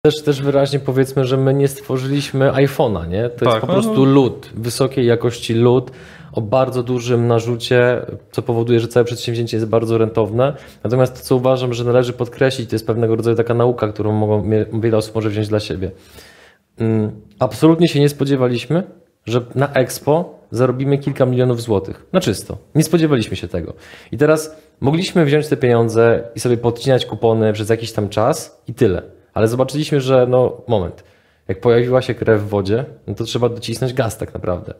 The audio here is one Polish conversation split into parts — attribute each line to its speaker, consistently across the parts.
Speaker 1: Też wyraźnie powiedzmy, że my nie stworzyliśmy iPhone'a, nie? To jest po prostu lód, wysokiej jakości lód o bardzo dużym narzucie, co powoduje, że całe przedsięwzięcie jest bardzo rentowne. Natomiast to, co uważam, że należy podkreślić, to jest pewnego rodzaju taka nauka, którą wiele osób może wziąć dla siebie. Absolutnie się nie spodziewaliśmy, że na Expo zarobimy kilka milionów złotych. Na czysto. Nie spodziewaliśmy się tego. I teraz mogliśmy wziąć te pieniądze i sobie podcinać kupony przez jakiś tam czas i tyle. Ale zobaczyliśmy, że moment, jak pojawiła się krew w wodzie, no to trzeba docisnąć gaz tak naprawdę.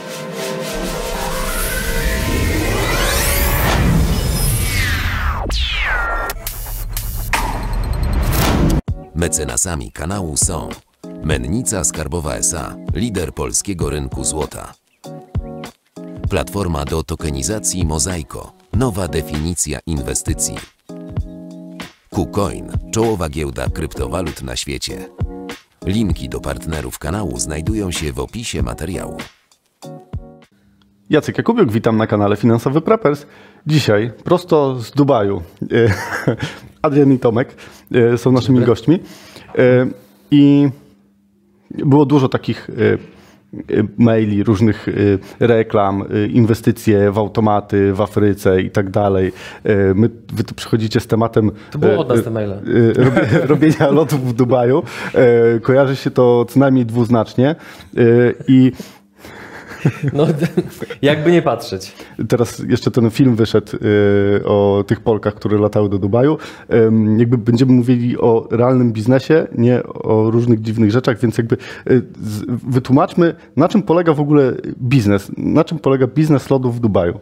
Speaker 2: Mecenasami kanału są Mennica Skarbowa S.A., lider polskiego rynku złota. Platforma do tokenizacji Mozaiko, nowa definicja inwestycji. KuCoin, czołowa giełda kryptowalut na świecie. Linki do partnerów kanału znajdują się w opisie materiału.
Speaker 3: Jacek Jakubiuk, witam na kanale Finansowy Preppers. Dzisiaj prosto z Dubaju Adrian i Tomek są naszymi gośćmi. I było dużo takich maili, różnych reklam, inwestycje w automaty w Afryce i tak dalej. Wy tu przychodzicie z tematem
Speaker 1: to było od nas te maile.
Speaker 3: Robienia lotów w Dubaju. Kojarzy się to co najmniej dwuznacznie.
Speaker 1: No, jakby nie patrzeć.
Speaker 3: Teraz jeszcze ten film wyszedł o tych Polkach, które latały do Dubaju. Jakby będziemy mówili o realnym biznesie, nie o różnych dziwnych rzeczach, więc jakby wytłumaczmy, na czym polega w ogóle biznes, na czym polega biznes lodów w Dubaju.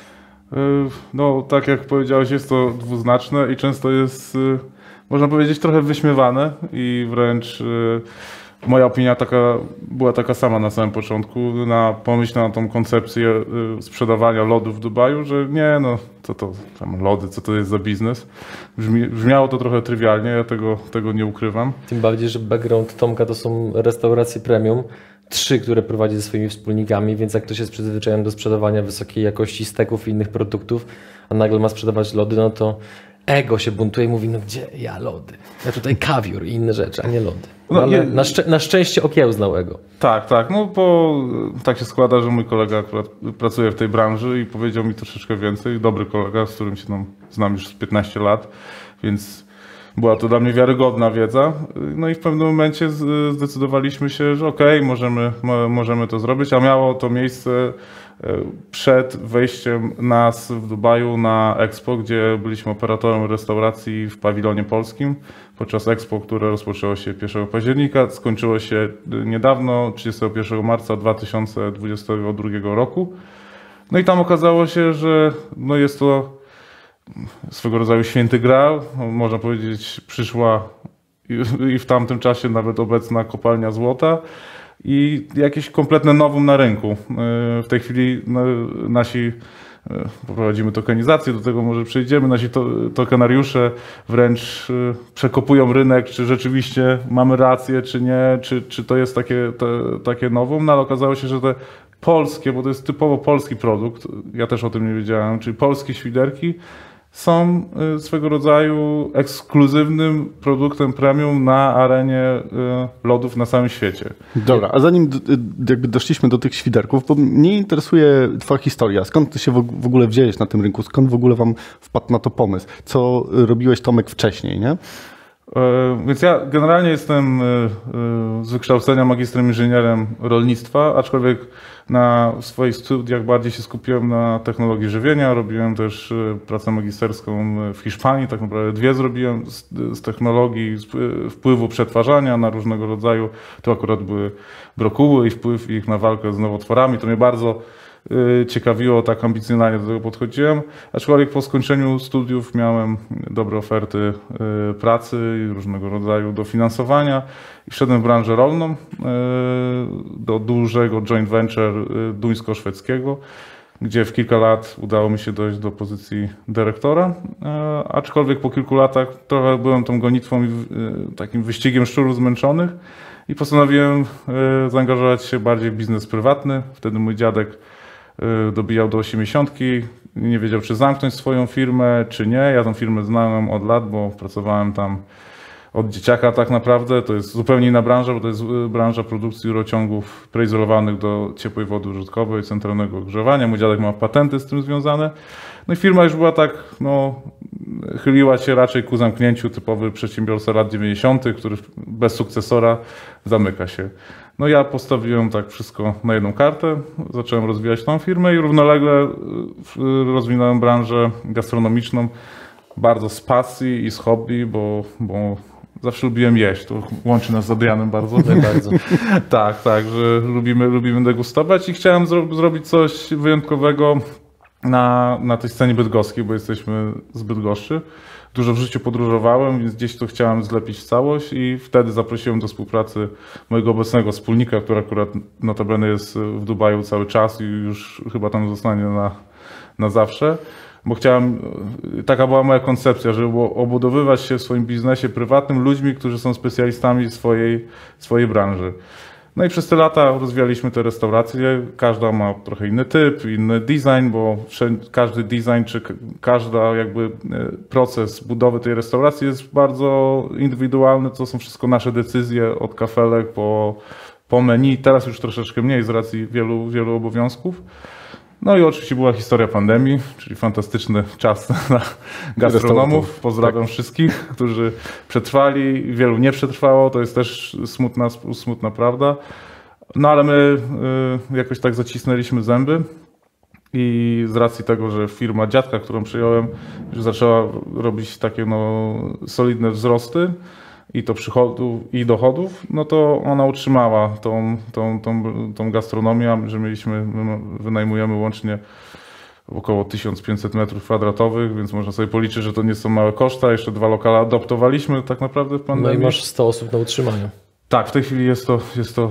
Speaker 4: No, tak jak powiedziałeś, jest to dwuznaczne i często jest, można powiedzieć, trochę wyśmiewane i wręcz moja opinia była taka sama na samym początku, na pomyśl na tą koncepcję sprzedawania lodów w Dubaju, że nie, no co to tam lody, co to jest za biznes. Brzmiało to trochę trywialnie, ja tego nie ukrywam.
Speaker 1: Tym bardziej, że background Tomka to są restauracje premium, 3, które prowadzi ze swoimi wspólnikami, więc jak ktoś jest przyzwyczajony do sprzedawania wysokiej jakości steków i innych produktów, a nagle ma sprzedawać lody, no to ego się buntuje i mówi, no gdzie ja lody? Ja tutaj kawior i inne rzeczy, a nie lody. No, ale na szczęście okiełznał ego.
Speaker 4: Tak, no bo tak się składa, że mój kolega akurat pracuje w tej branży i powiedział mi troszeczkę więcej. Dobry kolega, z którym się znam już 15 lat, więc była to dla mnie wiarygodna wiedza. No i w pewnym momencie zdecydowaliśmy się, że okej, możemy to zrobić, a miało to miejsce przed wejściem nas w Dubaju na Expo, gdzie byliśmy operatorem restauracji w pawilonie polskim podczas Expo, które rozpoczęło się 1 października, skończyło się niedawno, 31 marca 2022 roku. No i tam okazało się, że no jest to swego rodzaju święty graal, można powiedzieć przyszła i w tamtym czasie nawet obecna kopalnia złota i jakieś kompletne novum na rynku. W tej chwili nasi, poprowadzimy tokenizację, do tego może przejdziemy, nasi tokenariusze wręcz przekopują rynek, czy rzeczywiście mamy rację, czy nie, czy to jest takie novum, no ale okazało się, że te polskie, bo to jest typowo polski produkt, ja też o tym nie wiedziałem, czyli polskie świderki są swego rodzaju ekskluzywnym produktem premium na arenie lodów na całym świecie.
Speaker 3: Dobra, a zanim jakby doszliśmy do tych świderków, bo mnie interesuje twoja historia. Skąd ty się w ogóle wziąłeś na tym rynku? Skąd w ogóle wam wpadł na to pomysł? Co robiłeś, Tomek, wcześniej, nie?
Speaker 4: Więc ja generalnie jestem z wykształcenia magistrem inżynierem rolnictwa, aczkolwiek na swoich studiach bardziej się skupiłem na technologii żywienia. Robiłem też pracę magisterską w Hiszpanii, tak naprawdę 2 zrobiłem z technologii wpływu przetwarzania na różnego rodzaju, to akurat były brokuły i wpływ ich na walkę z nowotworami. To mnie bardzo ciekawiło, tak ambicjonalnie do tego podchodziłem, aczkolwiek po skończeniu studiów miałem dobre oferty pracy i różnego rodzaju dofinansowania i wszedłem w branżę rolną do dużego joint venture duńsko-szwedzkiego, gdzie w kilka lat udało mi się dojść do pozycji dyrektora, aczkolwiek po kilku latach trochę byłem tą gonitwą i takim wyścigiem szczurów zmęczonych i postanowiłem zaangażować się bardziej w biznes prywatny. Wtedy mój dziadek dobijał do 80, nie wiedział, czy zamknąć swoją firmę, czy nie. Ja tę firmę znałem od lat, bo pracowałem tam od dzieciaka tak naprawdę. To jest zupełnie inna branża, bo to jest branża produkcji rurociągów preizolowanych do ciepłej wody użytkowej, centralnego ogrzewania. Mój dziadek ma patenty z tym związane. No i firma już była tak, no, chyliła się raczej ku zamknięciu, typowy przedsiębiorca lat 90., który bez sukcesora zamyka się. No ja postawiłem tak wszystko na jedną kartę, zacząłem rozwijać tą firmę i równolegle rozwinąłem branżę gastronomiczną bardzo z pasji i z hobby, bo zawsze lubiłem jeść. To łączy nas z Adrianem bardzo.
Speaker 1: Bardzo.
Speaker 4: Tak, że lubimy degustować i chciałem zrobić coś wyjątkowego na tej scenie bydgoskiej, bo jesteśmy z Bydgoszczy. Dużo w życiu podróżowałem, więc gdzieś to chciałem zlepić w całość i wtedy zaprosiłem do współpracy mojego obecnego wspólnika, który akurat notabene jest w Dubaju cały czas i już chyba tam zostanie na zawsze. Bo chciałem, taka była moja koncepcja, żeby obudowywać się w swoim biznesie prywatnym ludźmi, którzy są specjalistami swojej branży. No i przez te lata rozwijaliśmy te restauracje. Każda ma trochę inny typ, inny design, bo każdy design czy każdy jakby proces budowy tej restauracji jest bardzo indywidualny. To są wszystko nasze decyzje od kafelek po menu. Teraz już troszeczkę mniej z racji wielu obowiązków. No i oczywiście była historia pandemii, czyli fantastyczny czas na gastronomów. Pozdrawiam wszystkich, którzy przetrwali, wielu nie przetrwało, to jest też smutna prawda. No ale my jakoś tak zacisnęliśmy zęby i z racji tego, że firma dziadka, którą przyjąłem, już zaczęła robić takie solidne wzrosty, i to przychodów, i dochodów, no to ona utrzymała tą gastronomię, że wynajmujemy łącznie około 1500 m2, więc można sobie policzyć, że to nie są małe koszta. Jeszcze 2 lokale adoptowaliśmy tak naprawdę w pandemii.
Speaker 1: No i masz 100 osób na utrzymaniu.
Speaker 4: Tak, w tej chwili jest to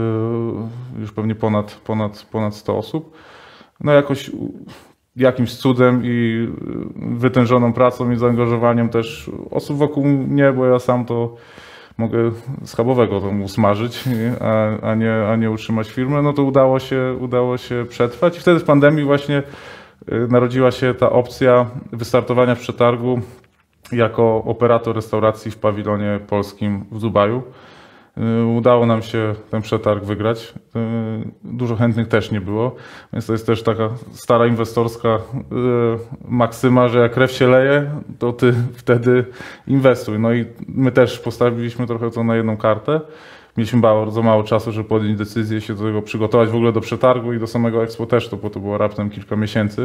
Speaker 4: już pewnie ponad 100 osób. No jakoś jakimś cudem i wytężoną pracą i zaangażowaniem też osób wokół mnie, bo ja sam to mogę schabowego tam usmażyć, a nie utrzymać firmy, no to udało się przetrwać. I wtedy w pandemii właśnie narodziła się ta opcja wystartowania w przetargu jako operator restauracji w pawilonie polskim w Dubaju. Udało nam się ten przetarg wygrać. Dużo chętnych też nie było, więc to jest też taka stara inwestorska maksyma, że jak krew się leje, to ty wtedy inwestuj. No i my też postawiliśmy trochę to na jedną kartę. Mieliśmy bardzo mało czasu, żeby podjąć decyzję, się do tego przygotować, w ogóle do przetargu i do samego Expo też, bo to było raptem kilka miesięcy.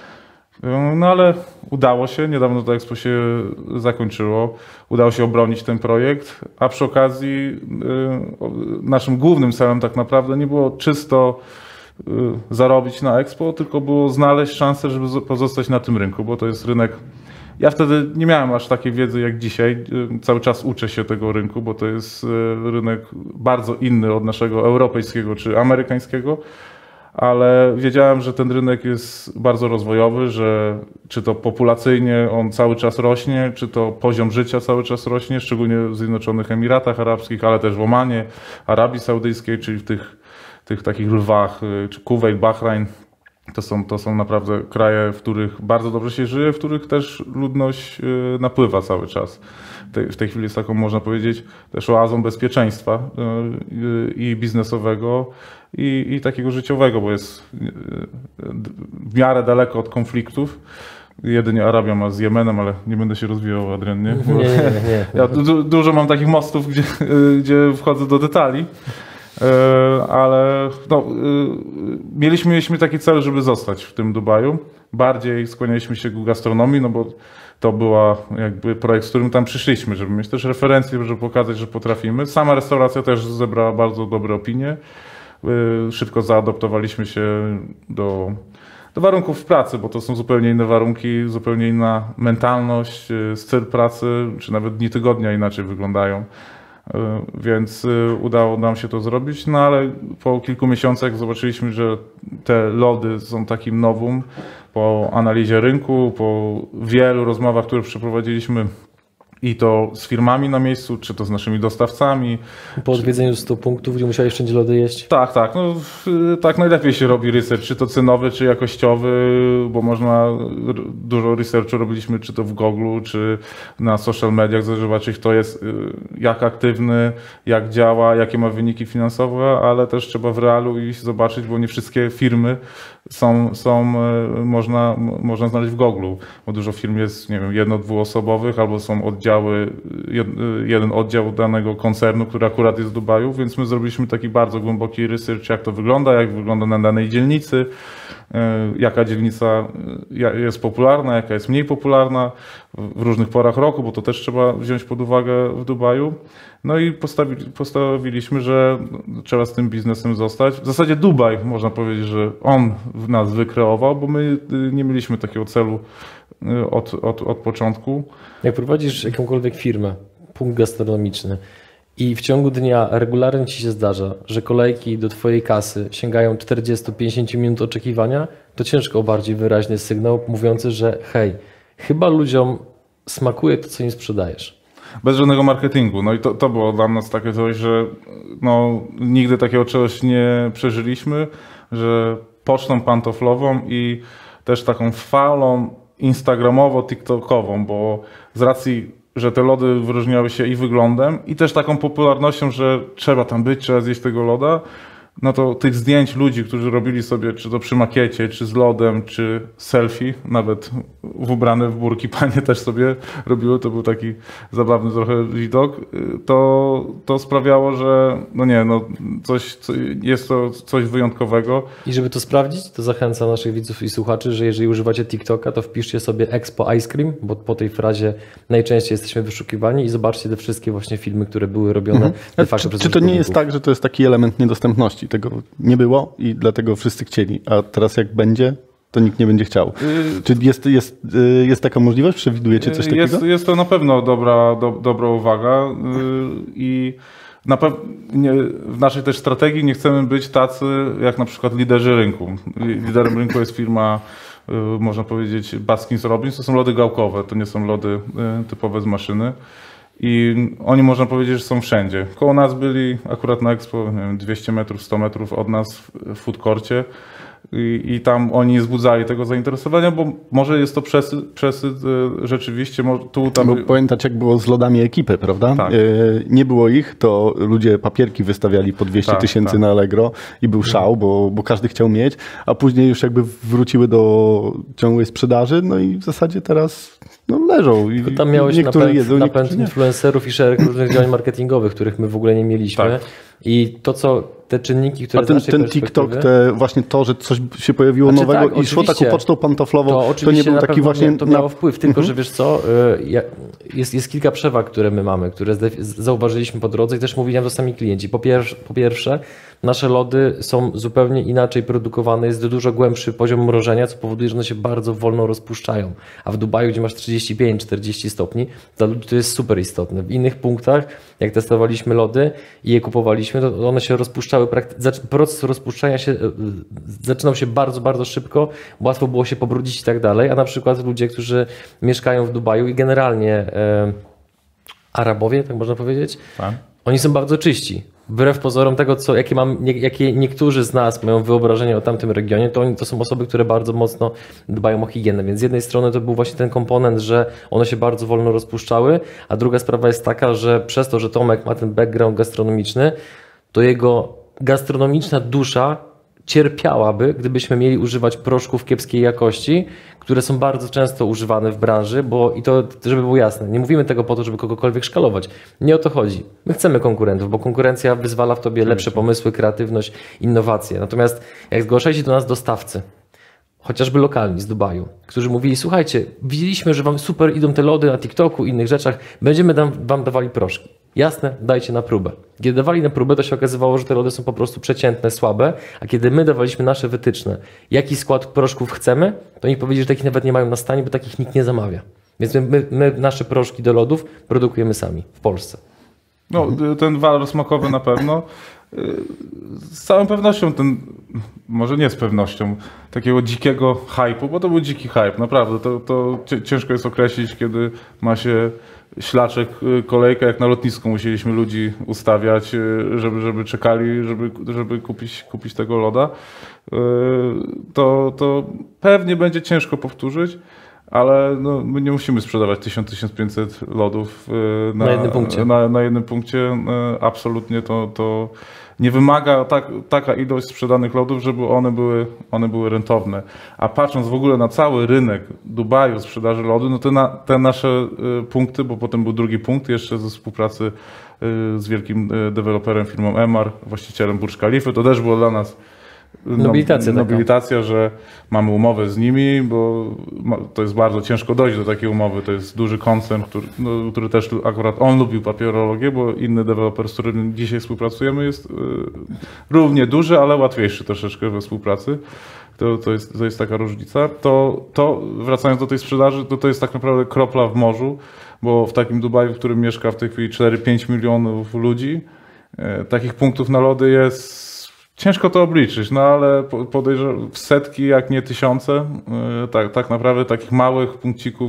Speaker 4: No ale udało się, niedawno to Expo się zakończyło, udało się obronić ten projekt, a przy okazji naszym głównym celem tak naprawdę nie było czysto zarobić na Expo, tylko było znaleźć szansę, żeby pozostać na tym rynku, bo to jest rynek. Ja wtedy nie miałem aż takiej wiedzy jak dzisiaj, cały czas uczę się tego rynku, bo to jest rynek bardzo inny od naszego europejskiego czy amerykańskiego. Ale wiedziałem, że ten rynek jest bardzo rozwojowy, że czy to populacyjnie on cały czas rośnie, czy to poziom życia cały czas rośnie, szczególnie w Zjednoczonych Emiratach Arabskich, ale też w Omanie, Arabii Saudyjskiej, czyli w tych takich lwach, czy Kuwejt, Bahrajn. To są naprawdę kraje, w których bardzo dobrze się żyje, w których też ludność napływa cały czas. W tej chwili jest taką, można powiedzieć, też oazą bezpieczeństwa i biznesowego, i takiego życiowego, bo jest w miarę daleko od konfliktów. Jedynie Arabia ma z Jemenem, ale nie będę się rozwijał, Adrian, nie?
Speaker 1: Nie.
Speaker 4: Ja dużo mam takich mostów, gdzie wchodzę do detali. Ale no, mieliśmy taki cel, żeby zostać w tym Dubaju. Bardziej skłanialiśmy się ku gastronomii, no bo to była jakby projekt, z którym tam przyszliśmy, żeby mieć też referencje, żeby pokazać, że potrafimy. Sama restauracja też zebrała bardzo dobre opinie. Szybko zaadoptowaliśmy się do warunków pracy, bo to są zupełnie inne warunki, zupełnie inna mentalność, styl pracy, czy nawet dni tygodnia inaczej wyglądają. Więc udało nam się to zrobić, no ale po kilku miesiącach zobaczyliśmy, że te lody są takim nowum. Po analizie rynku, po wielu rozmowach, które przeprowadziliśmy I to z firmami na miejscu, czy to z naszymi dostawcami.
Speaker 1: Po odwiedzeniu 100 punktów, gdzie musiałeś wszędzie lody jeść?
Speaker 4: Tak. No, tak najlepiej się robi research, czy to cenowy, czy jakościowy, bo można, dużo researchu robiliśmy, czy to w Google, czy na social mediach, zobaczyć kto jest, jak aktywny, jak działa, jakie ma wyniki finansowe, ale też trzeba w realu iść zobaczyć, bo nie wszystkie firmy można znaleźć w Google, bo dużo firm jest, nie wiem, 1-2-osobowych, albo są oddziały, jeden oddział danego koncernu, który akurat jest w Dubaju, więc my zrobiliśmy taki bardzo głęboki research, jak to wygląda, jak wygląda na danej dzielnicy, jaka dzielnica jest popularna, jaka jest mniej popularna w różnych porach roku, bo to też trzeba wziąć pod uwagę w Dubaju. No i postawiliśmy, że trzeba z tym biznesem zostać. W zasadzie Dubaj, można powiedzieć, że on nas wykreował, bo my nie mieliśmy takiego celu od początku.
Speaker 1: Jak prowadzisz jakąkolwiek firmę, punkt gastronomiczny i w ciągu dnia regularnie ci się zdarza, że kolejki do twojej kasy sięgają 40-50 minut oczekiwania, to ciężko o bardziej wyraźny sygnał mówiący, że hej, chyba ludziom smakuje to, co im sprzedajesz.
Speaker 4: Bez żadnego marketingu. No i to było dla nas takie coś, że no, nigdy takiego czegoś nie przeżyliśmy, że pocztą pantoflową i też taką falą instagramowo-tiktokową, bo z racji, że te lody wyróżniały się i wyglądem, i też taką popularnością, że trzeba tam być, trzeba zjeść tego loda, no to tych zdjęć ludzi, którzy robili sobie, czy to przy makiecie, czy z lodem, czy selfie, nawet ubrane w burki panie też sobie robiły, to był taki zabawny trochę widok, to sprawiało, że jest to coś wyjątkowego.
Speaker 1: I żeby to sprawdzić, to zachęcam naszych widzów i słuchaczy, że jeżeli używacie TikToka, to wpiszcie sobie Expo Ice Cream, bo po tej frazie najczęściej jesteśmy wyszukiwani i zobaczcie te wszystkie właśnie filmy, które były robione de facto przez
Speaker 3: Czy to nie jest tak, że to jest taki element niedostępności? Tego nie było i dlatego wszyscy chcieli, a teraz jak będzie, to nikt nie będzie chciał. Czy jest taka możliwość? Przewidujecie coś takiego?
Speaker 4: Jest to na pewno dobra uwaga i w naszej też strategii nie chcemy być tacy jak na przykład liderzy rynku. Liderem rynku jest firma, można powiedzieć, Baskins Robbins. To są lody gałkowe, to nie są lody typowe z maszyny. I oni, można powiedzieć, że są wszędzie. Koło nas byli akurat na Expo, nie wiem, 200 metrów, 100 metrów od nas w food courcie i tam oni nie wzbudzali tego zainteresowania, bo może jest to przesyt rzeczywiście.
Speaker 3: Bo pamiętać, jak było z lodami ekipy, prawda?
Speaker 4: Tak.
Speaker 3: Nie było ich, to ludzie papierki wystawiali po 200 000 na Allegro i był szał, bo każdy chciał mieć, a później już jakby wróciły do ciągłej sprzedaży, no i w zasadzie teraz leżą.
Speaker 1: Tylko tam miałeś napęd influencerów i szereg różnych działań marketingowych, których my w ogóle nie mieliśmy. Tak. I te czynniki, które
Speaker 3: ten TikTok, właśnie to, że coś się pojawiło nowego i szło taką pocztą pantoflową, to nie był taki właśnie...
Speaker 1: To miało wpływ, tylko że wiesz co, jest kilka przewag, które my mamy, które zauważyliśmy po drodze i też mówili nam to sami klienci. Po pierwsze, nasze lody są zupełnie inaczej produkowane, jest dużo głębszy poziom mrożenia, co powoduje, że one się bardzo wolno rozpuszczają. A w Dubaju, gdzie masz 35-40 stopni, dla ludzi to jest super istotne. W innych punktach, jak testowaliśmy lody i je kupowaliśmy, to one się rozpuszczały, proces rozpuszczania się zaczynał się bardzo, bardzo szybko, łatwo było się pobrudzić i tak dalej, a na przykład ludzie, którzy mieszkają w Dubaju i generalnie Arabowie, tak można powiedzieć, oni są bardzo czyści. Wbrew pozorom tego, jakie niektórzy z nas mają wyobrażenie o tamtym regionie, to są osoby, które bardzo mocno dbają o higienę. Więc z jednej strony to był właśnie ten komponent, że one się bardzo wolno rozpuszczały, a druga sprawa jest taka, że przez to, że Tomek ma ten background gastronomiczny, to jego gastronomiczna dusza cierpiałaby, gdybyśmy mieli używać proszków kiepskiej jakości, które są bardzo często używane w branży, i to, żeby było jasne, nie mówimy tego po to, żeby kogokolwiek szkalować. Nie o to chodzi. My chcemy konkurentów, bo konkurencja wyzwala w tobie lepsze pomysły, kreatywność, innowacje. Natomiast jak zgłaszali się do nas dostawcy, chociażby lokalni z Dubaju, którzy mówili, słuchajcie, widzieliśmy, że wam super idą te lody na TikToku i innych rzeczach, będziemy wam dawali proszki. Jasne, dajcie na próbę. Kiedy dawali na próbę, to się okazywało, że te lody są po prostu przeciętne, słabe, a kiedy my dawaliśmy nasze wytyczne, jaki skład proszków chcemy, to oni powiedzieli, że takich nawet nie mają na stanie, bo takich nikt nie zamawia. Więc my nasze proszki do lodów produkujemy sami w Polsce.
Speaker 4: No, ten walor smakowy na pewno. Z całą pewnością może nie z pewnością, takiego dzikiego hype'u, bo to był dziki hype, naprawdę. To ciężko jest określić, kiedy ma się ślaczek, kolejka, jak na lotnisku musieliśmy ludzi ustawiać, żeby czekali, żeby kupić tego loda. To pewnie będzie ciężko powtórzyć, ale no, my nie musimy sprzedawać 1000-1500 lodów
Speaker 1: na jednym punkcie.
Speaker 4: Na jednym punkcie. Absolutnie to nie wymaga taka ilość sprzedanych lodów, żeby one były rentowne. A patrząc w ogóle na cały rynek Dubaju sprzedaży lodu, no te nasze punkty, bo potem był drugi punkt jeszcze ze współpracy z wielkim deweloperem, firmą Emaar, właścicielem Burj Khalify, to też było dla nas nobilitacja, że mamy umowę z nimi, bo to jest bardzo ciężko dojść do takiej umowy. To jest duży koncern, który też akurat on lubił papierologię, bo inny deweloper, z którym dzisiaj współpracujemy, jest równie duży, ale łatwiejszy troszeczkę we współpracy. To jest taka różnica. To wracając do tej sprzedaży, to jest tak naprawdę kropla w morzu, bo w takim Dubaju, w którym mieszka w tej chwili 4-5 milionów ludzi, takich punktów na lody jest ciężko to obliczyć, no ale podejrzewam w setki, jak nie tysiące, tak naprawdę takich małych punkcików,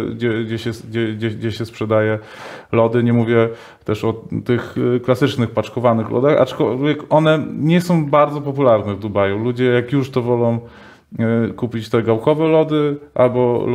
Speaker 4: gdzie się sprzedaje lody. Nie mówię też o tych klasycznych paczkowanych lodach, aczkolwiek one nie są bardzo popularne w Dubaju. Ludzie jak już to wolą kupić te gałkowe lody albo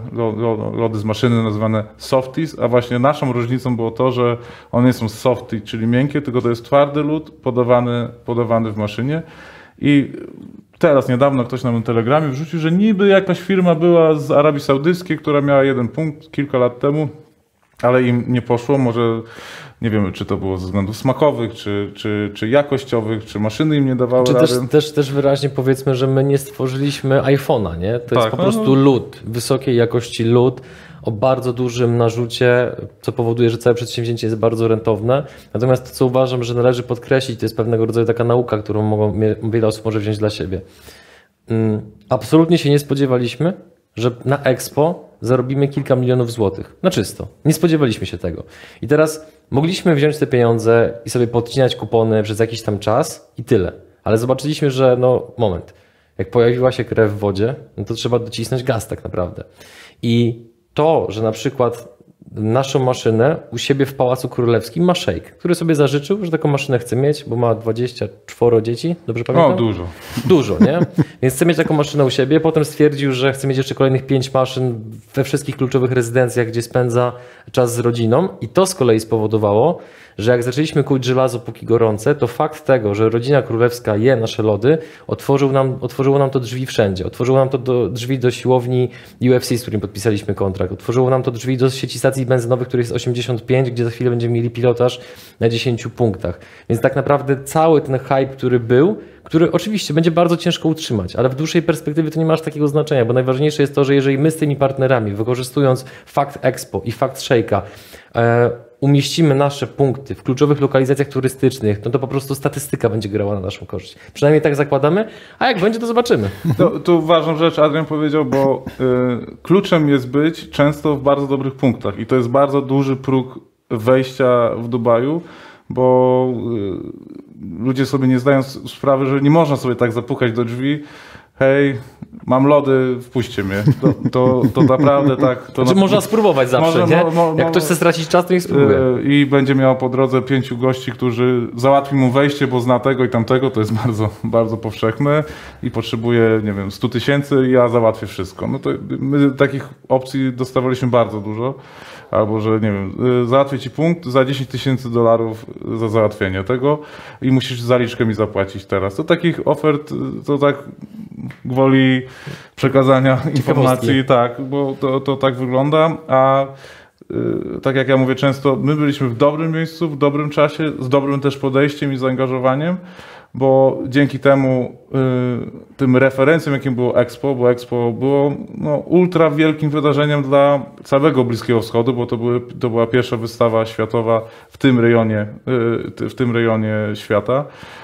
Speaker 4: lody z maszyny nazywane softies, a właśnie naszą różnicą było to, że one nie są softy, czyli miękkie, tylko to jest twardy lód podawany w maszynie. I teraz niedawno ktoś nam na Telegramie wrzucił, że niby jakaś firma była z Arabii Saudyjskiej, która miała jeden punkt kilka lat temu, ale im nie poszło, może nie wiemy, czy to było ze względów smakowych, czy jakościowych, czy maszyny im nie dawały rady.
Speaker 1: Też wyraźnie powiedzmy, że my nie stworzyliśmy iPhone'a, nie? To jest po prostu lód, wysokiej jakości lód o bardzo dużym narzucie, co powoduje, że całe przedsięwzięcie jest bardzo rentowne. Natomiast to, co uważam, że należy podkreślić, to jest pewnego rodzaju taka nauka, którą wiele osób może wziąć dla siebie. Absolutnie się nie spodziewaliśmy, że na Expo zarobimy kilka milionów złotych. Na czysto. Nie spodziewaliśmy się tego. I teraz mogliśmy wziąć te pieniądze i sobie podcinać kupony przez jakiś tam czas i tyle. Ale zobaczyliśmy, że moment. Jak pojawiła się krew w wodzie, no to trzeba docisnąć gaz tak naprawdę. I to, że na przykład naszą maszynę u siebie w Pałacu Królewskim ma szejk, który sobie zażyczył, że taką maszynę chce mieć, bo ma 24 dzieci, dobrze pamiętam?
Speaker 4: O, dużo.
Speaker 1: Dużo, nie? Więc chce mieć taką maszynę u siebie, potem stwierdził, że chce mieć jeszcze kolejnych 5 maszyn we wszystkich kluczowych rezydencjach, gdzie spędza czas z rodziną i to z kolei spowodowało, że jak zaczęliśmy kuć żelazo póki gorące, to fakt tego, że rodzina królewska je nasze lody, otworzyło nam to drzwi wszędzie. Otworzyło nam to drzwi do siłowni UFC, z którym podpisaliśmy kontrakt. Otworzyło nam to drzwi do sieci stacji benzynowych, których jest 85, gdzie za chwilę będziemy mieli pilotaż na 10 punktach. Więc tak naprawdę cały ten hype, który był, który oczywiście będzie bardzo ciężko utrzymać, ale w dłuższej perspektywie to nie ma aż takiego znaczenia, bo najważniejsze jest to, że jeżeli my z tymi partnerami, wykorzystując fakt Expo i fakt Shake'a, umieścimy nasze punkty w kluczowych lokalizacjach turystycznych, no to po prostu statystyka będzie grała na naszą korzyść. Przynajmniej tak zakładamy, a jak będzie, to zobaczymy.
Speaker 4: Tu ważną rzecz Adrian powiedział, bo kluczem jest być często w bardzo dobrych punktach i to jest bardzo duży próg wejścia w Dubaju, bo ludzie sobie nie zdają sprawy, że nie można sobie tak zapukać do drzwi. Hej, mam lody, wpuśćcie mnie. To naprawdę tak. To
Speaker 1: można spróbować zawsze, nie? Jak ktoś chce stracić czas, to niech spróbuje.
Speaker 4: I będzie miał po drodze 5 gości, którzy załatwi mu wejście, bo zna tego i tamtego. To jest bardzo, bardzo powszechne i potrzebuje, nie wiem, 100 000 i ja załatwię wszystko. No to my takich opcji dostawaliśmy bardzo dużo. Albo, że nie wiem, załatwię ci punkt za $10 000 za załatwienie tego i musisz zaliczkę mi zapłacić teraz. To takich ofert, to tak gwoli przekazania informacji, tak, bo to tak wygląda, a tak jak ja mówię często, my byliśmy w dobrym miejscu, w dobrym czasie, z dobrym też podejściem i zaangażowaniem, bo dzięki temu tym referencjom, jakim było Expo, bo Expo było ultra wielkim wydarzeniem dla całego Bliskiego Wschodu, bo to była pierwsza wystawa światowa w tym rejonie świata.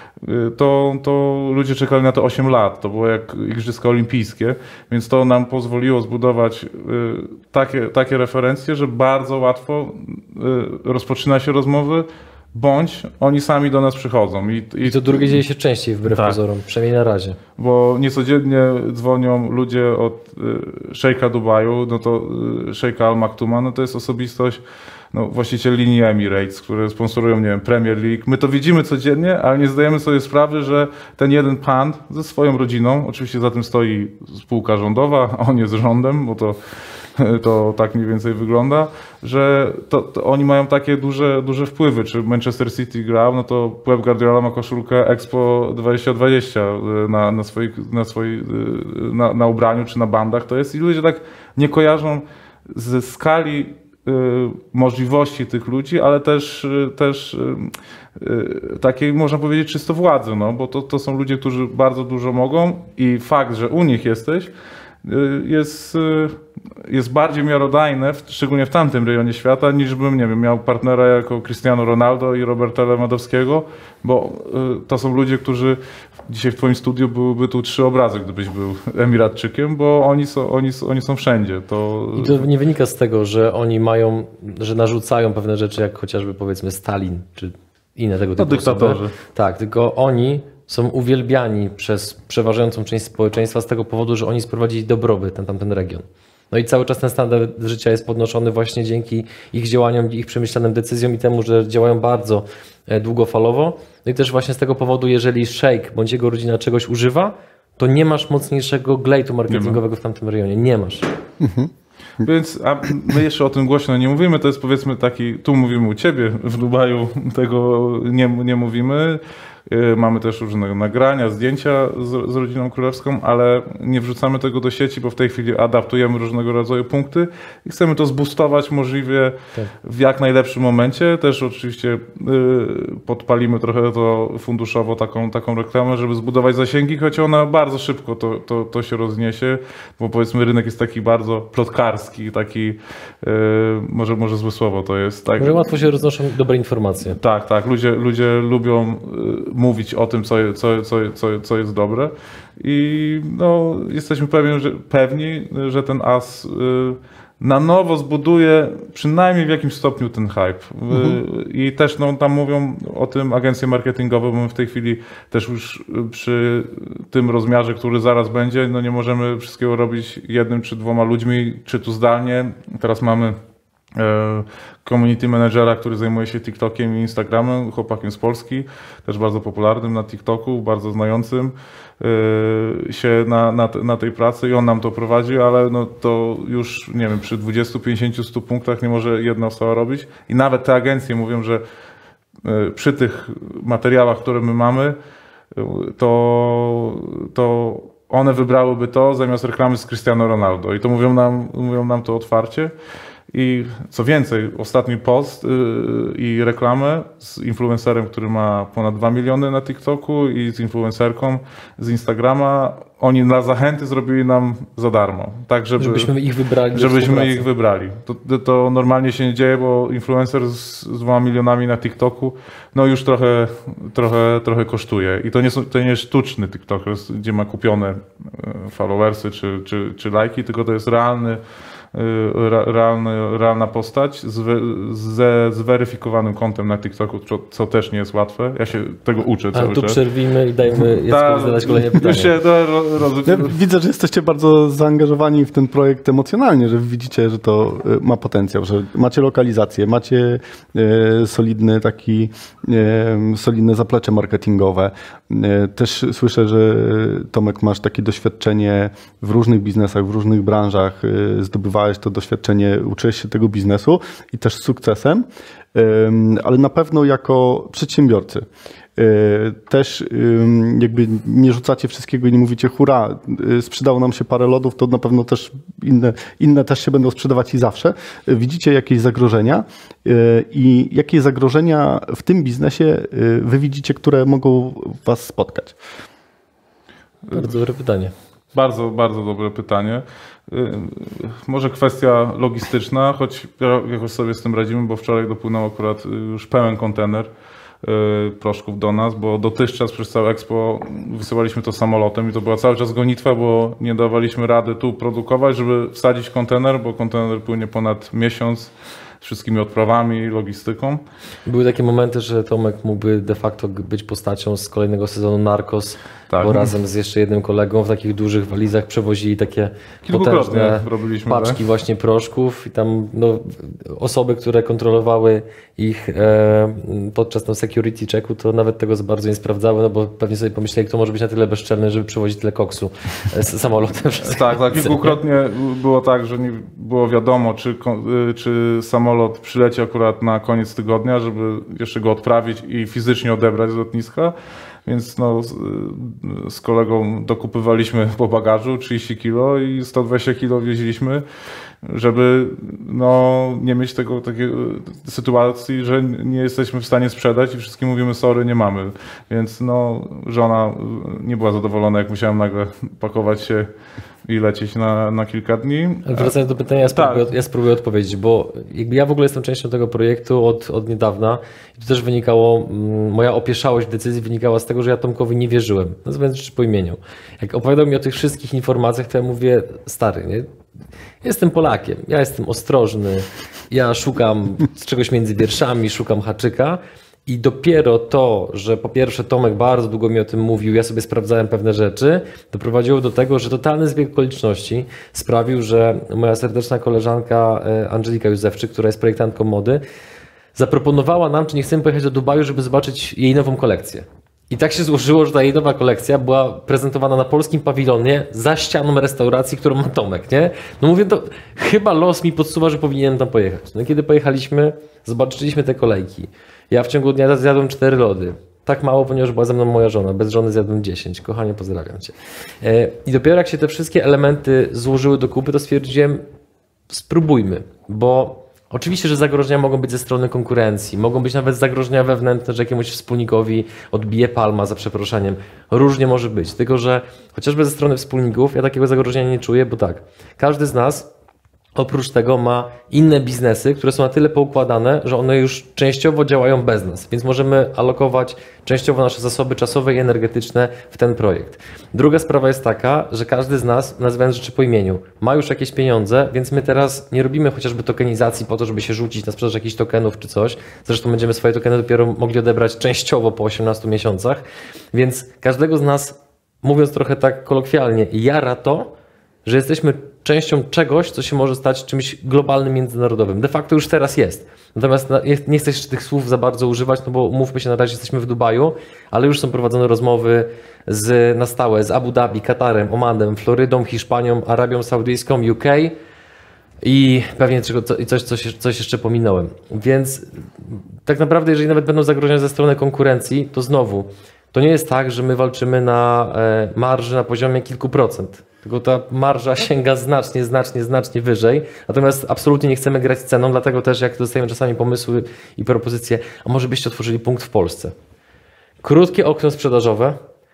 Speaker 4: To ludzie czekali na to 8 lat, to było jak Igrzyska Olimpijskie, więc to nam pozwoliło zbudować takie referencje, że bardzo łatwo rozpoczyna się rozmowy, bądź oni sami do nas przychodzą.
Speaker 1: I to drugie dzieje się częściej wbrew pozorom, przynajmniej na razie.
Speaker 4: Bo niecodziennie dzwonią ludzie od szejka Dubaju, no to szejka Al Maktouma, no to jest osobistość właściciel linii Emirates, które sponsorują, nie wiem, Premier League. My to widzimy codziennie, ale nie zdajemy sobie sprawy, że ten jeden pan ze swoją rodziną, oczywiście za tym stoi spółka rządowa, a on jest rządem, bo to tak mniej więcej wygląda, że to oni mają takie duże wpływy. Czy Manchester City grał, no to Pep Guardiola ma koszulkę Expo 2020 na ubraniu czy na bandach. To jest i ludzie tak nie kojarzą ze skali możliwości tych ludzi, ale też takiej, można powiedzieć, czysto władzy, no, bo to są ludzie, którzy bardzo dużo mogą i fakt, że u nich jesteś, jest bardziej miarodajne, szczególnie w tamtym rejonie świata, niż bym, nie wiem, miał partnera jako Cristiano Ronaldo i Roberta Lewandowskiego, bo to są ludzie, którzy dzisiaj w twoim studiu byłyby tu 3 obrazy, gdybyś był Emiratczykiem, bo oni są wszędzie.
Speaker 1: I to nie wynika z tego, że oni że narzucają pewne rzeczy, jak chociażby powiedzmy Stalin, czy inne tego typu
Speaker 4: dyktatorzy.
Speaker 1: Tak, tylko oni są uwielbiani przez przeważającą część społeczeństwa z tego powodu, że oni sprowadzili dobrobyt na tamten region. No i cały czas ten standard życia jest podnoszony właśnie dzięki ich działaniom, ich przemyślanym decyzjom i temu, że działają bardzo długofalowo. No i też właśnie z tego powodu, jeżeli szejk bądź jego rodzina czegoś używa, to nie masz mocniejszego glejtu marketingowego w tamtym rejonie. Nie masz.
Speaker 3: Mhm.
Speaker 4: Więc a my jeszcze o tym głośno nie mówimy, to jest powiedzmy taki, tu mówimy u ciebie, w Dubaju tego nie mówimy. Mamy też różne nagrania, zdjęcia z rodziną królewską, ale nie wrzucamy tego do sieci, bo w tej chwili adaptujemy różnego rodzaju punkty i chcemy to zboostować możliwie w jak najlepszym momencie. Też oczywiście podpalimy trochę to funduszowo taką reklamę, żeby zbudować zasięgi, choć ona bardzo szybko to się rozniesie, bo powiedzmy rynek jest taki bardzo plotkarski, taki może złe słowo to jest. Tak.
Speaker 1: Może łatwo się roznoszą dobre informacje.
Speaker 4: Tak. Ludzie lubią mówić o tym, co jest dobre i no, jesteśmy pewni, że ten as na nowo zbuduje przynajmniej w jakimś stopniu ten hype. I też tam mówią o tym agencje marketingowe, bo my w tej chwili też już przy tym rozmiarze, który zaraz będzie, no nie możemy wszystkiego robić 1 czy 2 ludźmi, czy tu zdalnie. Teraz mamy community managera, który zajmuje się TikTokiem i Instagramem, chłopakiem z Polski, też bardzo popularnym na TikToku, bardzo znającym się na tej pracy i on nam to prowadzi, ale no to już, nie wiem, przy 20, 50, 100 punktach nie może jedna osoba robić i nawet te agencje mówią, że przy tych materiałach, które my mamy, to one wybrałyby to zamiast reklamy z Cristiano Ronaldo i to mówią nam to otwarcie. I co więcej, ostatni post i reklamę z influencerem, który ma ponad 2 miliony na TikToku i z influencerką z Instagrama, oni na zachęty zrobili nam za darmo. Tak,
Speaker 1: żebyśmy ich wybrali.
Speaker 4: Żebyśmy ich wybrali. To normalnie się nie dzieje, bo influencer z 2 milionami na TikToku no już trochę kosztuje. I to nie jest sztuczny TikToker, gdzie ma kupione followersy czy lajki, tylko to jest realna postać ze zweryfikowanym kontem na TikToku, co też nie jest łatwe. Ja się tego uczę cały czas.
Speaker 1: Tu przerwijmy i dajmy Jackowi zadać kolejne pytanie.
Speaker 3: Ja widzę, że jesteście bardzo zaangażowani w ten projekt emocjonalnie, że widzicie, że to ma potencjał, że macie lokalizację, macie solidne zaplecze marketingowe. Też słyszę, że Tomek, masz takie doświadczenie w różnych biznesach, w różnych branżach, zdobywałeś to doświadczenie, uczyłeś się tego biznesu i też z sukcesem, ale na pewno jako przedsiębiorcy. Też jakby nie rzucacie wszystkiego i nie mówicie hurra, sprzedało nam się parę lodów, to na pewno też inne też się będą sprzedawać i zawsze. Widzicie jakieś zagrożenia i jakie zagrożenia w tym biznesie wy widzicie, które mogą was spotkać?
Speaker 1: Bardzo dobre pytanie.
Speaker 4: Bardzo, bardzo dobre pytanie. Może kwestia logistyczna, choć jakoś sobie z tym radzimy, bo wczoraj dopłynął akurat już pełen kontener proszków do nas, bo dotychczas przez całe Expo wysyłaliśmy to samolotem i to była cały czas gonitwa, bo nie dawaliśmy rady tu produkować, żeby wsadzić kontener, bo kontener płynie ponad miesiąc wszystkimi odprawami, logistyką.
Speaker 1: Były takie momenty, że Tomek mógłby de facto być postacią z kolejnego sezonu Narcos,
Speaker 4: tak,
Speaker 1: bo razem z jeszcze jednym kolegą w takich dużych walizach przewozili takie potężne paczki właśnie proszków i tam osoby, które kontrolowały ich podczas security checku, to nawet tego za bardzo nie sprawdzały, bo pewnie sobie pomyśleli, kto może być na tyle bezczelny, żeby przewozić tyle koksu z samolotem.
Speaker 4: Tak, kilkukrotnie było tak, że nie było wiadomo, czy samolot przyleci akurat na koniec tygodnia, żeby jeszcze go odprawić i fizycznie odebrać z lotniska. Więc z kolegą dokupywaliśmy po bagażu 30 kg i 120 kg wieźliśmy, żeby nie mieć takiej sytuacji, że nie jesteśmy w stanie sprzedać i wszystkim mówimy sorry, nie mamy. Więc żona nie była zadowolona, jak musiałem nagle pakować się i lecieć na kilka dni.
Speaker 1: Ale wracając do pytania, ja spróbuję odpowiedzieć, bo jakby ja w ogóle jestem częścią tego projektu od niedawna i to też wynikało, moja opieszałość w decyzji wynikała z tego, że ja Tomkowi nie wierzyłem, nazywając rzeczy po imieniu. Jak opowiadał mi o tych wszystkich informacjach, to ja mówię, stary, nie? Jestem Polakiem, ja jestem ostrożny, ja szukam czegoś między wierszami, szukam haczyka. I dopiero to, że po pierwsze Tomek bardzo długo mi o tym mówił, ja sobie sprawdzałem pewne rzeczy, doprowadziło do tego, że totalny zbieg okoliczności sprawił, że moja serdeczna koleżanka Angelika Józefczyk, która jest projektantką mody, zaproponowała nam, czy nie chcemy pojechać do Dubaju, żeby zobaczyć jej nową kolekcję. I tak się złożyło, że ta jej nowa kolekcja była prezentowana na polskim pawilonie za ścianą restauracji, którą ma Tomek, nie? Mówię, to chyba los mi podsuwa, że powinienem tam pojechać. Kiedy pojechaliśmy, zobaczyliśmy te kolejki. Ja w ciągu dnia zjadłem 4 lody. Tak mało, ponieważ była ze mną moja żona. Bez żony zjadłem 10. Kochanie, pozdrawiam cię. I dopiero jak się te wszystkie elementy złożyły do kupy, to stwierdziłem, spróbujmy, bo oczywiście, że zagrożenia mogą być ze strony konkurencji, mogą być nawet zagrożenia wewnętrzne, że jakiemuś wspólnikowi odbije palma za przeproszeniem. Różnie może być, tylko że chociażby ze strony wspólników ja takiego zagrożenia nie czuję, bo tak, każdy z nas oprócz tego ma inne biznesy, które są na tyle poukładane, że one już częściowo działają bez nas, więc możemy alokować częściowo nasze zasoby czasowe i energetyczne w ten projekt. Druga sprawa jest taka, że każdy z nas, nazywając rzeczy po imieniu, ma już jakieś pieniądze, więc my teraz nie robimy chociażby tokenizacji po to, żeby się rzucić na sprzedaż jakichś tokenów czy coś. Zresztą będziemy swoje tokeny dopiero mogli odebrać częściowo po 18 miesiącach, więc każdego z nas, mówiąc trochę tak kolokwialnie, jara to, że jesteśmy częścią czegoś, co się może stać czymś globalnym, międzynarodowym. De facto już teraz jest. Natomiast nie chcę jeszcze tych słów za bardzo używać, bo umówmy się, na razie jesteśmy w Dubaju, ale już są prowadzone rozmowy na stałe z Abu Dhabi, Katarem, Omanem, Florydą, Hiszpanią, Arabią Saudyjską, UK i pewnie coś jeszcze pominąłem. Więc tak naprawdę, jeżeli nawet będą zagrożenia ze strony konkurencji, to znowu, to nie jest tak, że my walczymy na marży na poziomie kilku procent. Tylko ta marża sięga znacznie wyżej. Natomiast absolutnie nie chcemy grać ceną, dlatego też jak dostajemy czasami pomysły i propozycje, a może byście otworzyli punkt w Polsce. Krótkie okno sprzedażowe,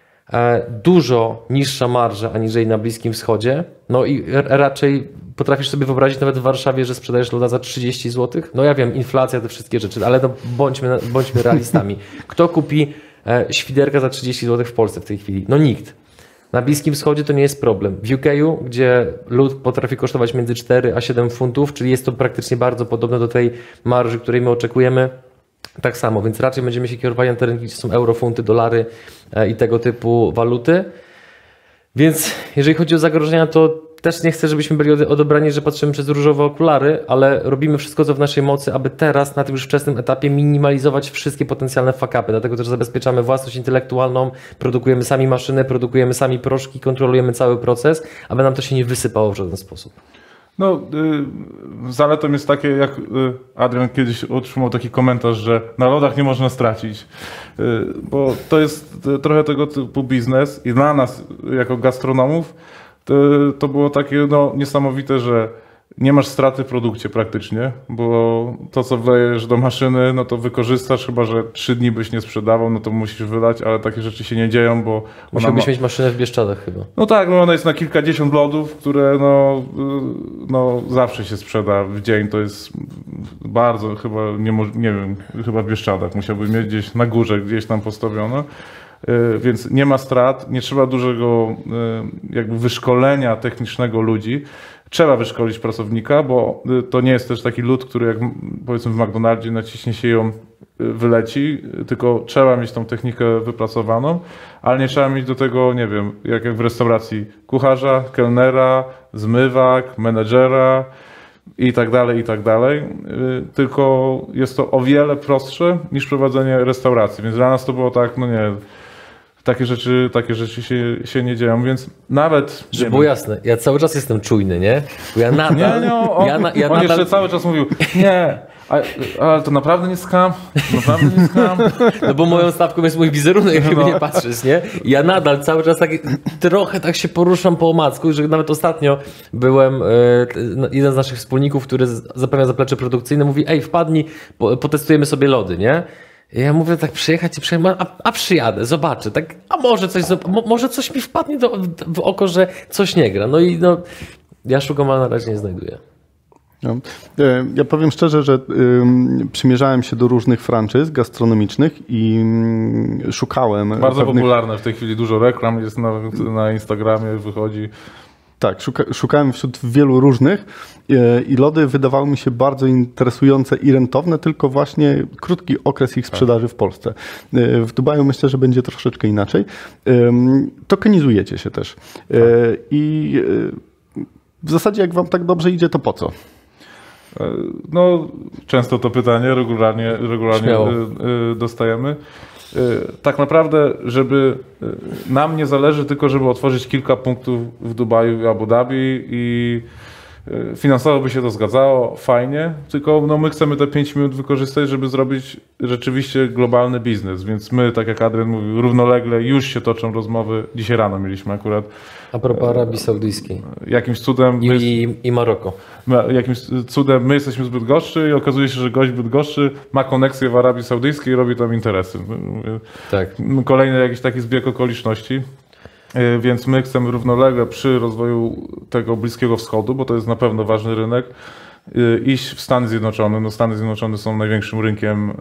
Speaker 1: dużo niższa marża aniżeli na Bliskim Wschodzie. No i raczej potrafisz sobie wyobrazić nawet w Warszawie, że sprzedajesz loda za 30 zł? No ja wiem, inflacja, te wszystkie rzeczy, ale bądźmy realistami. Kto kupi świderka za 30 zł w Polsce w tej chwili? No nikt. Na Bliskim Wschodzie to nie jest problem. W UK, gdzie lód potrafi kosztować między 4 a 7 funtów, czyli jest to praktycznie bardzo podobne do tej marży, której my oczekujemy, tak samo, więc raczej będziemy się kierowali na te rynki, gdzie są euro, funty, dolary i tego typu waluty. Więc jeżeli chodzi o zagrożenia, to też nie chcę, żebyśmy byli odebrani, że patrzymy przez różowe okulary, ale robimy wszystko, co w naszej mocy, aby teraz, na tym już wczesnym etapie, minimalizować wszystkie potencjalne fuck-upy. Dlatego też zabezpieczamy własność intelektualną, produkujemy sami maszyny, produkujemy sami proszki, kontrolujemy cały proces, aby nam to się nie wysypało w żaden sposób.
Speaker 4: No, zaletą jest takie, jak Adrian kiedyś otrzymał taki komentarz, że na lodach nie można stracić, bo to jest trochę tego typu biznes i dla nas, jako gastronomów, to było takie niesamowite, że nie masz straty w produkcie praktycznie, bo to, co wlejesz do maszyny, no to wykorzystasz, chyba że 3 dni byś nie sprzedawał, no to musisz wydać, ale takie rzeczy się nie dzieją, bo...
Speaker 1: Musiałbyś mieć maszynę w Bieszczadach chyba.
Speaker 4: No tak, ona jest na kilkadziesiąt lodów, które zawsze się sprzeda w dzień, to jest bardzo, chyba, nie wiem, chyba w Bieszczadach musiałby mieć gdzieś na górze, gdzieś tam postawiono. Więc nie ma strat, nie trzeba dużego jakby wyszkolenia technicznego ludzi. trzeba wyszkolić pracownika, bo to nie jest też taki lód, który jak powiedzmy w McDonaldzie naciśnie się ją, wyleci, tylko trzeba mieć tą technikę wypracowaną, ale nie trzeba mieć do tego, nie wiem, jak w restauracji, kucharza, kelnera, zmywak, menedżera i tak dalej, tylko jest to o wiele prostsze niż prowadzenie restauracji, więc dla nas to było tak, no nie, takie rzeczy się nie dzieją, więc nawet...
Speaker 1: Żeby było jasne, ja cały czas jestem czujny, nie? Bo ja nadal...
Speaker 4: On jeszcze cały czas mówił, nie, ale to naprawdę nie skam,
Speaker 1: No bo moją stawką jest mój wizerunek, jak mnie nie patrzysz, nie? Ja nadal cały czas trochę tak się poruszam po omacku, że nawet ostatnio byłem, jeden z naszych wspólników, który zapewnia zaplecze produkcyjne, mówi, ej, wpadnij, potestujemy sobie lody, nie? I ja mówię tak, przyjechać i przyjechać, a przyjadę, zobaczę, tak, a może coś mi wpadnie w oko, że coś nie gra. No i ja szukam, ale na razie nie znajduję.
Speaker 3: No. Ja powiem szczerze, że przymierzałem się do różnych franczyz gastronomicznych i szukałem...
Speaker 4: Bardzo popularne w tej chwili, dużo reklam jest na Instagramie, wychodzi.
Speaker 3: Tak, szukałem wśród wielu różnych i lody wydawały mi się bardzo interesujące i rentowne, tylko właśnie krótki okres ich sprzedaży w Polsce. W Dubaju myślę, że będzie troszeczkę inaczej. Tokenizujecie się też. I w zasadzie jak wam tak dobrze idzie, to po co?
Speaker 4: No, często to pytanie regularnie dostajemy. Tak naprawdę, nam nie zależy tylko, żeby otworzyć kilka punktów w Dubaju i Abu Dhabi i finansowo by się to zgadzało, fajnie, tylko my chcemy te 5 minut wykorzystać, żeby zrobić rzeczywiście globalny biznes, więc my, tak jak Adrian mówił, równolegle już się toczą rozmowy, dzisiaj rano mieliśmy akurat.
Speaker 1: A propos Arabii Saudyjskiej.
Speaker 4: Jakimś cudem...
Speaker 1: I Maroko.
Speaker 4: Jakimś cudem my jesteśmy z Bydgoszczy i okazuje się, że gość Bydgoszczy ma koneksję w Arabii Saudyjskiej i robi tam interesy.
Speaker 1: Tak.
Speaker 4: Kolejny jakiś taki zbieg okoliczności. Więc my chcemy równolegle przy rozwoju tego Bliskiego Wschodu, bo to jest na pewno ważny rynek, iść w Stany Zjednoczone. No Stany Zjednoczone są największym rynkiem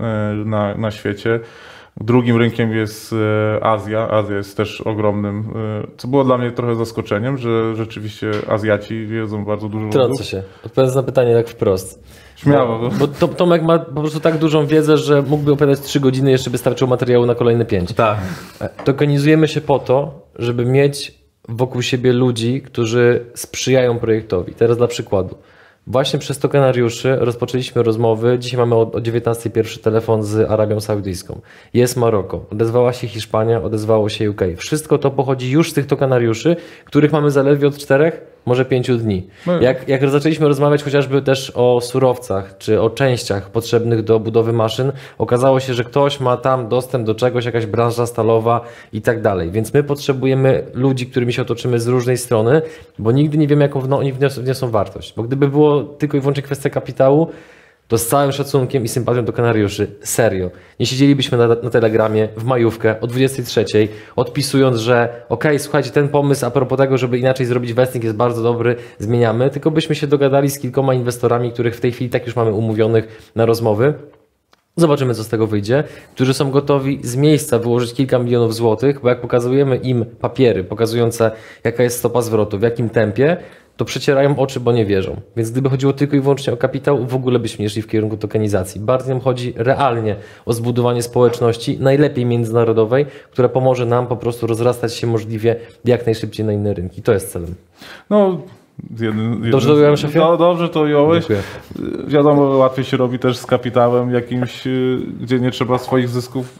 Speaker 4: na świecie. Drugim rynkiem jest Azja. Azja jest też ogromnym, co było dla mnie trochę zaskoczeniem, że rzeczywiście Azjaci jedzą bardzo dużo lodów.
Speaker 1: Trącę się. Odpowiadając na pytanie tak wprost.
Speaker 4: Śmiało.
Speaker 1: Bo Tomek ma po prostu tak dużą wiedzę, że mógłby opowiadać 3 godziny, jeszcze by starczyło materiału na kolejne 5.
Speaker 4: Tak.
Speaker 1: Tokenizujemy się po to, żeby mieć wokół siebie ludzi, którzy sprzyjają projektowi. Teraz dla przykładu. Właśnie przez tokenariuszy rozpoczęliśmy rozmowy. Dzisiaj mamy o 19:00 pierwszy telefon z Arabią Saudyjską. Jest Maroko, odezwała się Hiszpania, odezwało się UK. Wszystko to pochodzi już z tych tokenariuszy, których mamy zaledwie od 4, może 5 dni. Jak zaczęliśmy rozmawiać chociażby też o surowcach, czy o częściach potrzebnych do budowy maszyn, okazało się, że ktoś ma tam dostęp do czegoś, jakaś branża stalowa i tak dalej. Więc my potrzebujemy ludzi, którymi się otoczymy z różnej strony, bo nigdy nie wiemy, jaką oni wniosą wartość. Bo gdyby było tylko i wyłącznie kwestia kapitału, to z całym szacunkiem i sympatią do kanariuszy, serio, nie siedzielibyśmy na Telegramie w majówkę o 23:00, odpisując, że okej, słuchajcie, ten pomysł a propos tego, żeby inaczej zrobić vesting jest bardzo dobry, zmieniamy, tylko byśmy się dogadali z kilkoma inwestorami, których w tej chwili tak już mamy umówionych na rozmowy. Zobaczymy, co z tego wyjdzie, którzy są gotowi z miejsca wyłożyć kilka milionów złotych, bo jak pokazujemy im papiery pokazujące, jaka jest stopa zwrotu, w jakim tempie, to przecierają oczy, bo nie wierzą. Więc gdyby chodziło tylko i wyłącznie o kapitał, w ogóle byśmy nie szli w kierunku tokenizacji. Bardziej nam chodzi realnie o zbudowanie społeczności, najlepiej międzynarodowej, która pomoże nam po prostu rozrastać się możliwie jak najszybciej na inne rynki. To jest celem.
Speaker 4: No,
Speaker 1: dobrze to ująłem, szefie?
Speaker 4: Dobrze to ująłeś.
Speaker 1: Dziękuję.
Speaker 4: Wiadomo, łatwiej się robi też z kapitałem jakimś, gdzie nie trzeba swoich zysków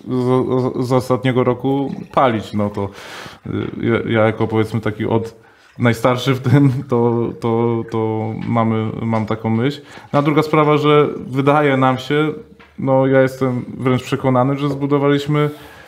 Speaker 4: z ostatniego roku palić. No to ja jako powiedzmy taki najstarszy w tym, to mam taką myśl. A druga sprawa, że wydaje nam się, no ja jestem wręcz przekonany, że zbudowaliśmy,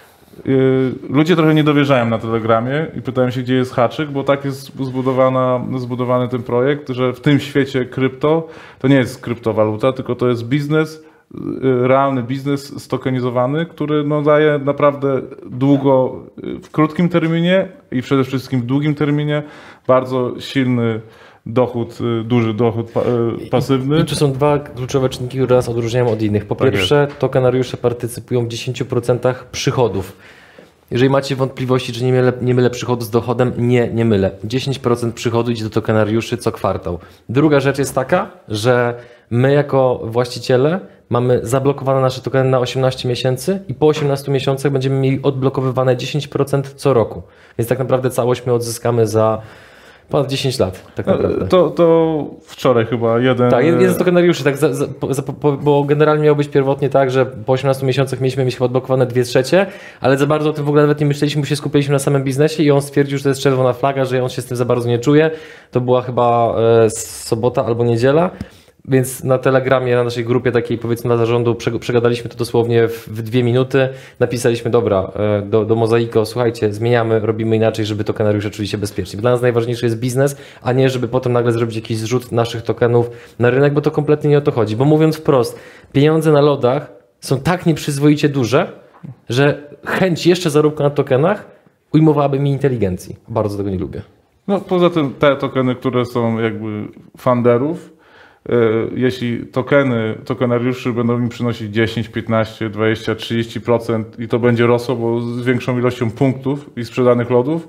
Speaker 4: ludzie trochę nie dowierzają na Telegramie i pytają się, gdzie jest haczyk, bo tak jest zbudowany ten projekt, że w tym świecie krypto to nie jest kryptowaluta, tylko to jest biznes, realny biznes stokenizowany, który no daje naprawdę długo, w krótkim terminie i przede wszystkim w długim terminie bardzo silny dochód, duży dochód pasywny.
Speaker 1: I tu są 2 kluczowe czynniki, które nas odróżniają od innych. Po pierwsze, tokenariusze partycypują w 10% przychodów. Jeżeli macie wątpliwości, czy nie mylę przychodu z dochodem, nie mylę. 10% przychodu idzie do tokenariuszy co kwartał. Druga rzecz jest taka, że my jako właściciele mamy zablokowane nasze tokeny na 18 miesięcy i po 18 miesiącach będziemy mieli odblokowywane 10% co roku. Więc tak naprawdę całość my odzyskamy za ponad 10 lat, tak naprawdę.
Speaker 4: To wczoraj chyba jeden
Speaker 1: z tokenariuszy, tak, bo generalnie miało być pierwotnie tak, że po 18 miesiącach mieliśmy mieć chyba odblokowane 2/3, ale za bardzo o tym w ogóle nawet nie myśleliśmy, bo się skupiliśmy na samym biznesie i on stwierdził, że to jest czerwona flaga, że on się z tym za bardzo nie czuje. To była chyba sobota albo niedziela. Więc na Telegramie, na naszej grupie takiej powiedzmy na zarządu przegadaliśmy to dosłownie w 2 minuty. Napisaliśmy, dobra, do Mozaiko, słuchajcie, zmieniamy, robimy inaczej, żeby tokenariusze czuli się bezpiecznie. Dla nas najważniejszy jest biznes, a nie żeby potem nagle zrobić jakiś zrzut naszych tokenów na rynek, bo to kompletnie nie o to chodzi. Bo mówiąc wprost, pieniądze na lodach są tak nieprzyzwoicie duże, że chęć jeszcze zarobku na tokenach ujmowałaby mi inteligencji. Bardzo tego nie lubię.
Speaker 4: No poza tym te tokeny, które są jakby funderów, jeśli tokenariuszy będą im przynosić 10, 15, 20, 30% i to będzie rosło, bo z większą ilością punktów i sprzedanych lodów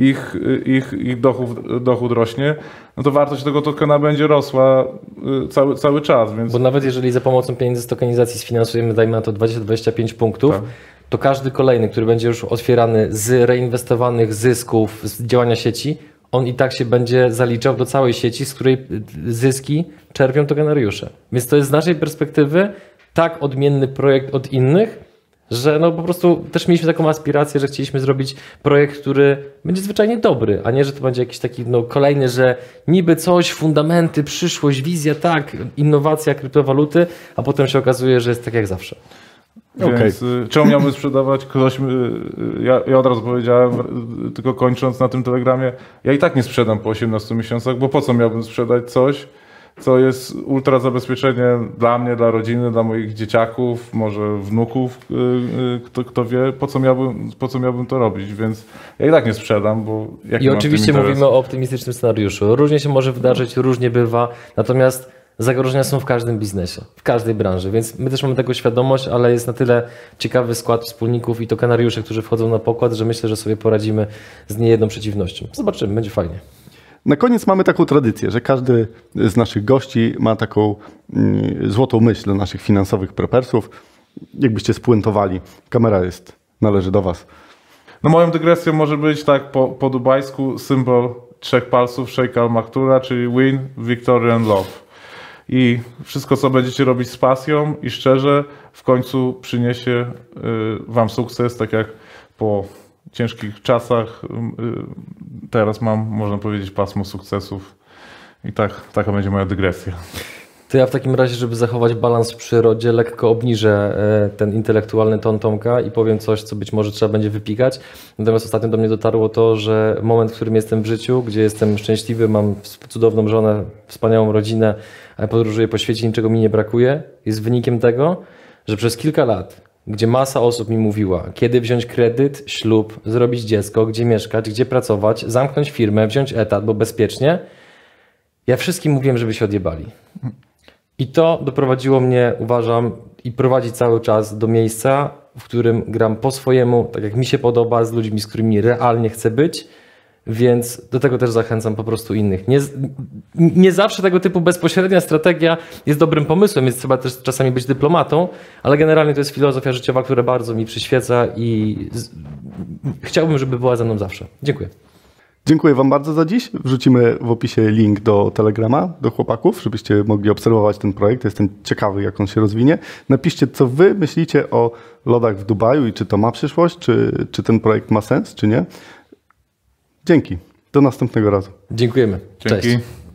Speaker 4: ich dochód rośnie, no to wartość tego tokena będzie rosła cały czas. Więc...
Speaker 1: Bo nawet jeżeli za pomocą pieniędzy z tokenizacji sfinansujemy, dajmy na to 20-25 punktów, tak, to każdy kolejny, który będzie już otwierany z reinwestowanych zysków z działania sieci, on i tak się będzie zaliczał do całej sieci, z której zyski czerpią tokenariusze. Więc to jest z naszej perspektywy tak odmienny projekt od innych, że no po prostu też mieliśmy taką aspirację, że chcieliśmy zrobić projekt, który będzie zwyczajnie dobry, a nie, że to będzie jakiś taki kolejny, że niby coś, fundamenty, przyszłość, wizja, tak, innowacja, kryptowaluty, a potem się okazuje, że jest tak jak zawsze.
Speaker 4: Więc czemu miałbym sprzedawać? Ja od razu powiedziałem, tylko kończąc na tym Telegramie, ja i tak nie sprzedam po 18 miesiącach, bo po co miałbym sprzedać coś, co jest ultra zabezpieczeniem dla mnie, dla rodziny, dla moich dzieciaków, może wnuków, kto wie, po co miałbym to robić, więc ja i tak nie sprzedam, bo
Speaker 1: I oczywiście mówimy o optymistycznym scenariuszu. Różnie się może wydarzyć, różnie bywa, natomiast zagrożenia są w każdym biznesie, w każdej branży, więc my też mamy tego świadomość, ale jest na tyle ciekawy skład wspólników i tokenariuszy, którzy wchodzą na pokład, że myślę, że sobie poradzimy z niejedną przeciwnością. Zobaczymy, będzie fajnie.
Speaker 3: Na koniec mamy taką tradycję, że każdy z naszych gości ma taką złotą myśl dla naszych finansowych prepersów. Jakbyście spuentowali, kamera należy do was.
Speaker 4: No moją dygresją może być tak po dubajsku symbol 3 palców Sheikha Al Maktouma, czyli win, victory and love. I wszystko, co będziecie robić z pasją i szczerze, w końcu przyniesie wam sukces, tak jak po ciężkich czasach teraz mam, można powiedzieć, pasmo sukcesów. I taka będzie moja dygresja.
Speaker 1: To ja w takim razie, żeby zachować balans w przyrodzie, lekko obniżę ten intelektualny ton Tomka i powiem coś, co być może trzeba będzie wypikać. Natomiast ostatnio do mnie dotarło to, że moment, w którym jestem w życiu, gdzie jestem szczęśliwy, mam cudowną żonę, wspaniałą rodzinę, podróżuję po świecie, niczego mi nie brakuje, jest wynikiem tego, że przez kilka lat, gdzie masa osób mi mówiła, kiedy wziąć kredyt, ślub, zrobić dziecko, gdzie mieszkać, gdzie pracować, zamknąć firmę, wziąć etat, bo bezpiecznie, ja wszystkim mówiłem, żeby się odjebali. I to doprowadziło mnie, uważam, i prowadzi cały czas do miejsca, w którym gram po swojemu, tak jak mi się podoba, z ludźmi, z którymi realnie chcę być, więc do tego też zachęcam po prostu innych. Nie zawsze tego typu bezpośrednia strategia jest dobrym pomysłem, więc trzeba też czasami być dyplomatą, ale generalnie to jest filozofia życiowa, która bardzo mi przyświeca i chciałbym, żeby była ze mną zawsze. Dziękuję.
Speaker 3: Dziękuję wam bardzo za dziś. Wrzucimy w opisie link do Telegrama, do chłopaków, żebyście mogli obserwować ten projekt. Jestem ciekawy, jak on się rozwinie. Napiszcie, co wy myślicie o lodach w Dubaju i czy to ma przyszłość, czy ten projekt ma sens, czy nie. Dzięki. Do następnego razu.
Speaker 1: Dziękujemy.
Speaker 4: Dzięki.
Speaker 1: Cześć.